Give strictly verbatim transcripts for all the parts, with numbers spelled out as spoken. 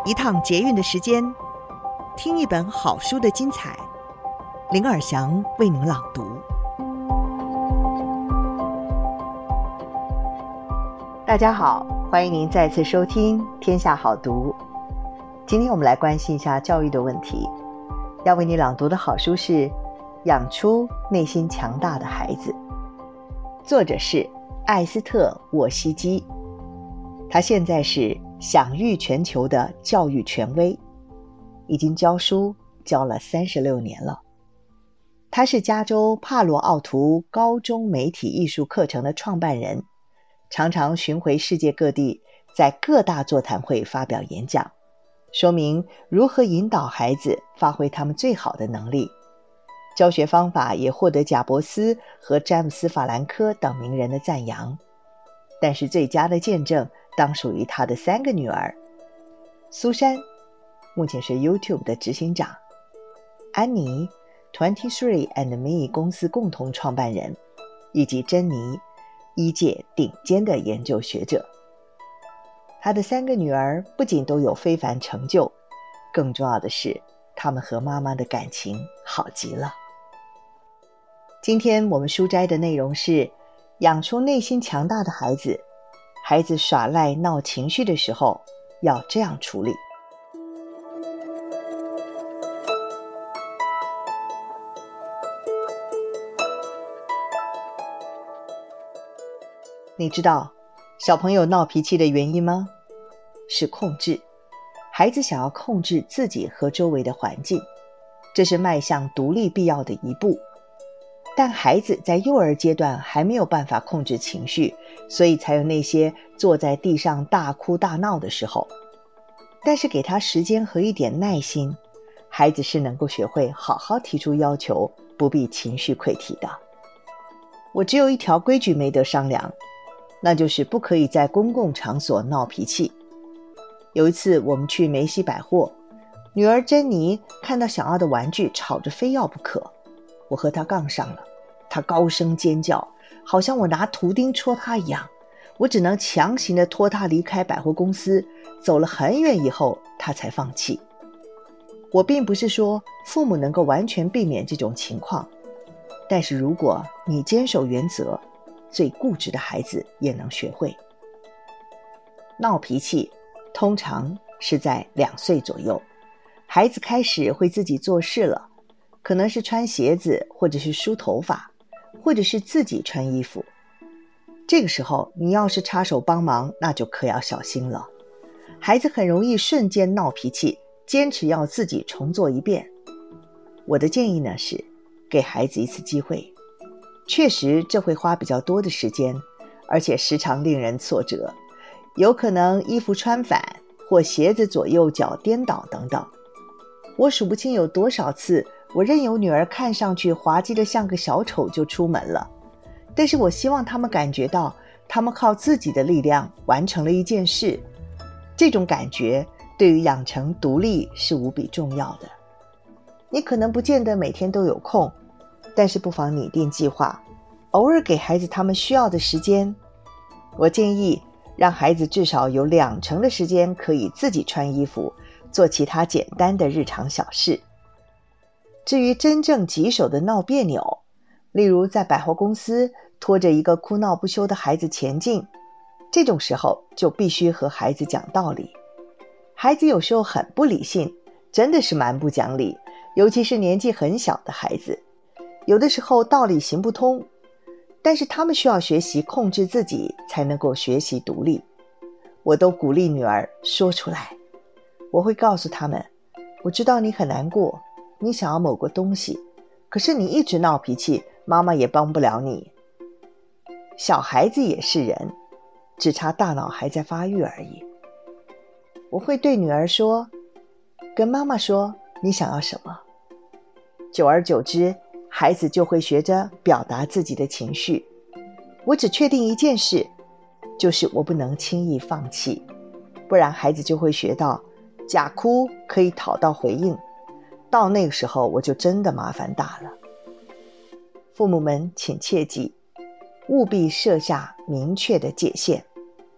一趟捷运的时间，听一本好书的精彩。林尔祥为您朗读。大家好，欢迎您再次收听《天下好读》。今天我们来关心一下教育的问题。要为你朗读的好书是《养出内心强大的孩子》，作者是艾斯特·沃西基。他现在是享誉全球的教育权威，已经教书教了三十六年了。他是加州帕罗奥图高中媒体艺术课程的创办人，常常巡回世界各地，在各大座谈会发表演讲，说明如何引导孩子发挥他们最好的能力。教学方法也获得贾伯斯和詹姆斯·法兰科等名人的赞扬。但是最佳的见证当属于他的三个女儿：苏珊，目前是 YouTube 的执行长；安妮 twenty three and me 公司共同创办人，以及珍妮，一届顶尖的研究学者。他的三个女儿不仅都有非凡成就，更重要的是她们和妈妈的感情好极了。今天我们书摘的内容是养出内心强大的孩子，孩子耍赖闹情绪的时候要这样处理。你知道小朋友闹脾气的原因吗？是控制。孩子想要控制自己和周围的环境，这是迈向独立必要的一步。但孩子在幼儿阶段还没有办法控制情绪，所以才有那些坐在地上大哭大闹的时候。但是给他时间和一点耐心，孩子是能够学会好好提出要求，不必情绪溃堤的。我只有一条规矩没得商量，那就是不可以在公共场所闹脾气。有一次我们去梅西百货，女儿珍妮看到想要的玩具吵着非要不可，我和她杠上了，她高声尖叫，好像我拿图钉戳她一样。我只能强行地拖她离开百货公司，走了很远以后她才放弃。我并不是说父母能够完全避免这种情况，但是如果你坚守原则，最固执的孩子也能学会。闹脾气通常是在两岁左右，孩子开始会自己做事了，可能是穿鞋子，或者是梳头发，或者是自己穿衣服。这个时候你要是插手帮忙，那就可要小心了。孩子很容易瞬间闹脾气，坚持要自己重做一遍。我的建议呢是给孩子一次机会，确实这会花比较多的时间，而且时常令人挫折，有可能衣服穿反，或鞋子左右脚颠倒等等。我数不清有多少次我任由女儿看上去滑稽得像个小丑就出门了，但是我希望他们感觉到他们靠自己的力量完成了一件事，这种感觉对于养成独立是无比重要的。你可能不见得每天都有空，但是不妨拟定计划，偶尔给孩子他们需要的时间。我建议让孩子至少有两成的时间可以自己穿衣服，做其他简单的日常小事。至于真正棘手的闹别扭，例如在百货公司拖着一个哭闹不休的孩子前进，这种时候就必须和孩子讲道理。孩子有时候很不理性，真的是蛮不讲理，尤其是年纪很小的孩子，有的时候道理行不通，但是他们需要学习控制自己，才能够学习独立。我都鼓励女儿说出来，我会告诉他们，我知道你很难过，你想要某个东西，可是你一直闹脾气，妈妈也帮不了你。小孩子也是人，只差大脑还在发育而已。我会对女儿说，跟妈妈说你想要什么。久而久之，孩子就会学着表达自己的情绪。我只确定一件事，就是我不能轻易放弃，不然孩子就会学到假哭可以讨到回应，到那个时候我就真的麻烦大了。父母们请切记，务必设下明确的界限。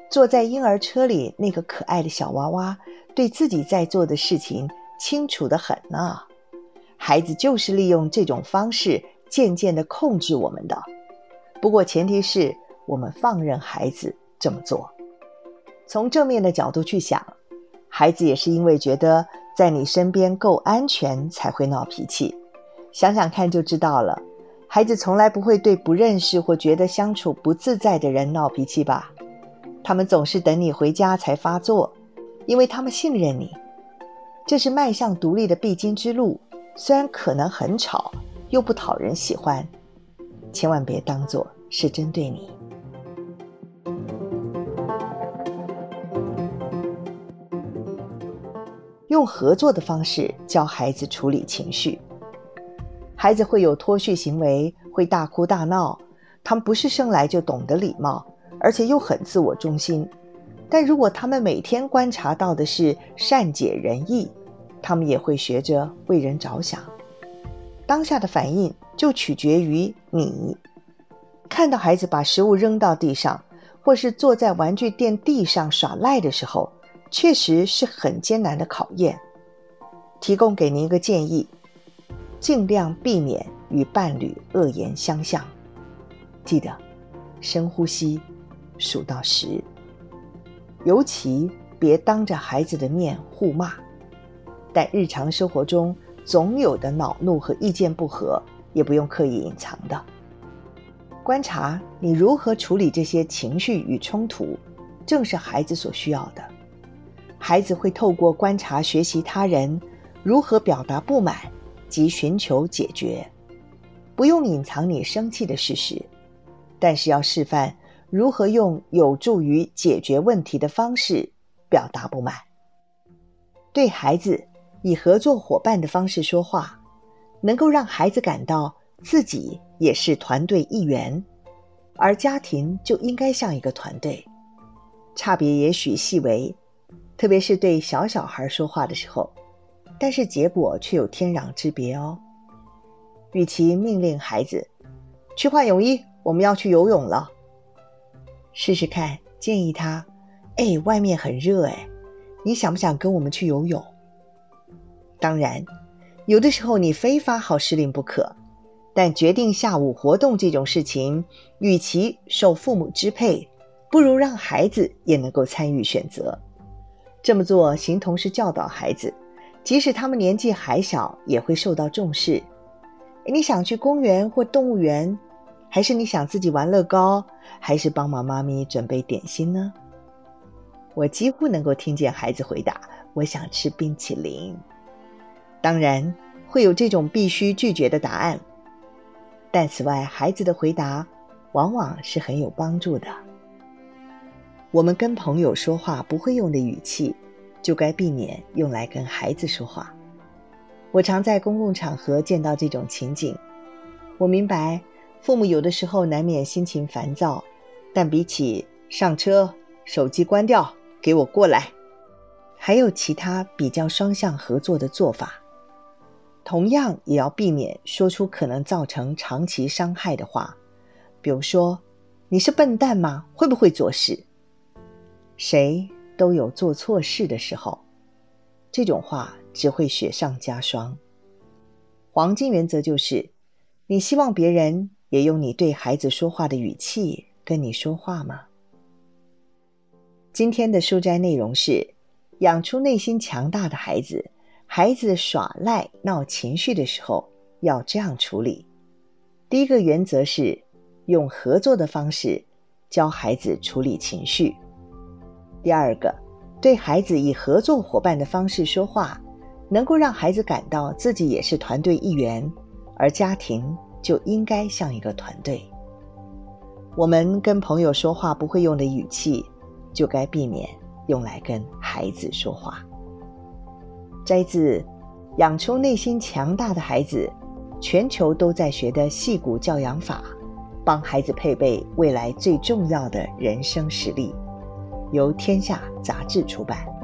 坐在婴儿车里那个可爱的小娃娃，对自己在做的事情清楚得很呢。孩子就是利用这种方式渐渐地控制我们的，不过前提是我们放任孩子这么做。从正面的角度去想，孩子也是因为觉得在你身边够安全才会闹脾气。想想看就知道了，孩子从来不会对不认识或觉得相处不自在的人闹脾气吧？他们总是等你回家才发作，因为他们信任你。这是迈向独立的必经之路，虽然可能很吵，又不讨人喜欢，千万别当作是针对你。用合作的方式教孩子处理情绪。孩子会有脱序行为，会大哭大闹，他们不是生来就懂得礼貌，而且又很自我中心。但如果他们每天观察到的是善解人意，他们也会学着为人着想。当下的反应就取决于你。看到孩子把食物扔到地上，或是坐在玩具店地上耍赖的时候，确实是很艰难的考验。提供给您一个建议，尽量避免与伴侣恶言相向。记得深呼吸，数到十。尤其别当着孩子的面互骂，但日常生活中总有的恼怒和意见不合，也不用刻意隐藏的。观察你如何处理这些情绪与冲突，正是孩子所需要的。孩子会透过观察学习他人如何表达不满及寻求解决。不用隐藏你生气的事实，但是要示范如何用有助于解决问题的方式表达不满。对孩子以合作伙伴的方式说话，能够让孩子感到自己也是团队一员，而家庭就应该像一个团队。差别也许细微，特别是对小小孩说话的时候，但是结果却有天壤之别哦。与其命令孩子去换泳衣，我们要去游泳了，试试看建议他，哎，外面很热哎，你想不想跟我们去游泳？当然有的时候你非发号施令不可，但决定下午活动这种事情，与其受父母支配，不如让孩子也能够参与选择。这么做形同是教导孩子，即使他们年纪还小，也会受到重视。你想去公园或动物园，还是你想自己玩乐高，还是帮忙妈咪准备点心呢？我几乎能够听见孩子回答，我想吃冰淇淋。当然会有这种必须拒绝的答案，但此外孩子的回答往往是很有帮助的。我们跟朋友说话不会用的语气，就该避免用来跟孩子说话。我常在公共场合见到这种情景，我明白父母有的时候难免心情烦躁，但比起上车，手机关掉，给我过来，还有其他比较双向合作的做法。同样也要避免说出可能造成长期伤害的话，比如说，你是笨蛋吗？会不会做事？谁都有做错事的时候，这种话只会雪上加霜。黄金原则就是，你希望别人也用你对孩子说话的语气跟你说话吗？今天的书斋内容是，养出内心强大的孩子，孩子耍赖闹情绪的时候要这样处理。第一个原则是用合作的方式教孩子处理情绪。第二个，对孩子以合作伙伴的方式说话，能够让孩子感到自己也是团队一员，而家庭就应该像一个团队。我们跟朋友说话不会用的语气，就该避免用来跟孩子说话。摘自《养出内心强大的孩子》，全球都在学的矽谷教养法，帮孩子配备未来最重要的人生实力，由天下杂志出版。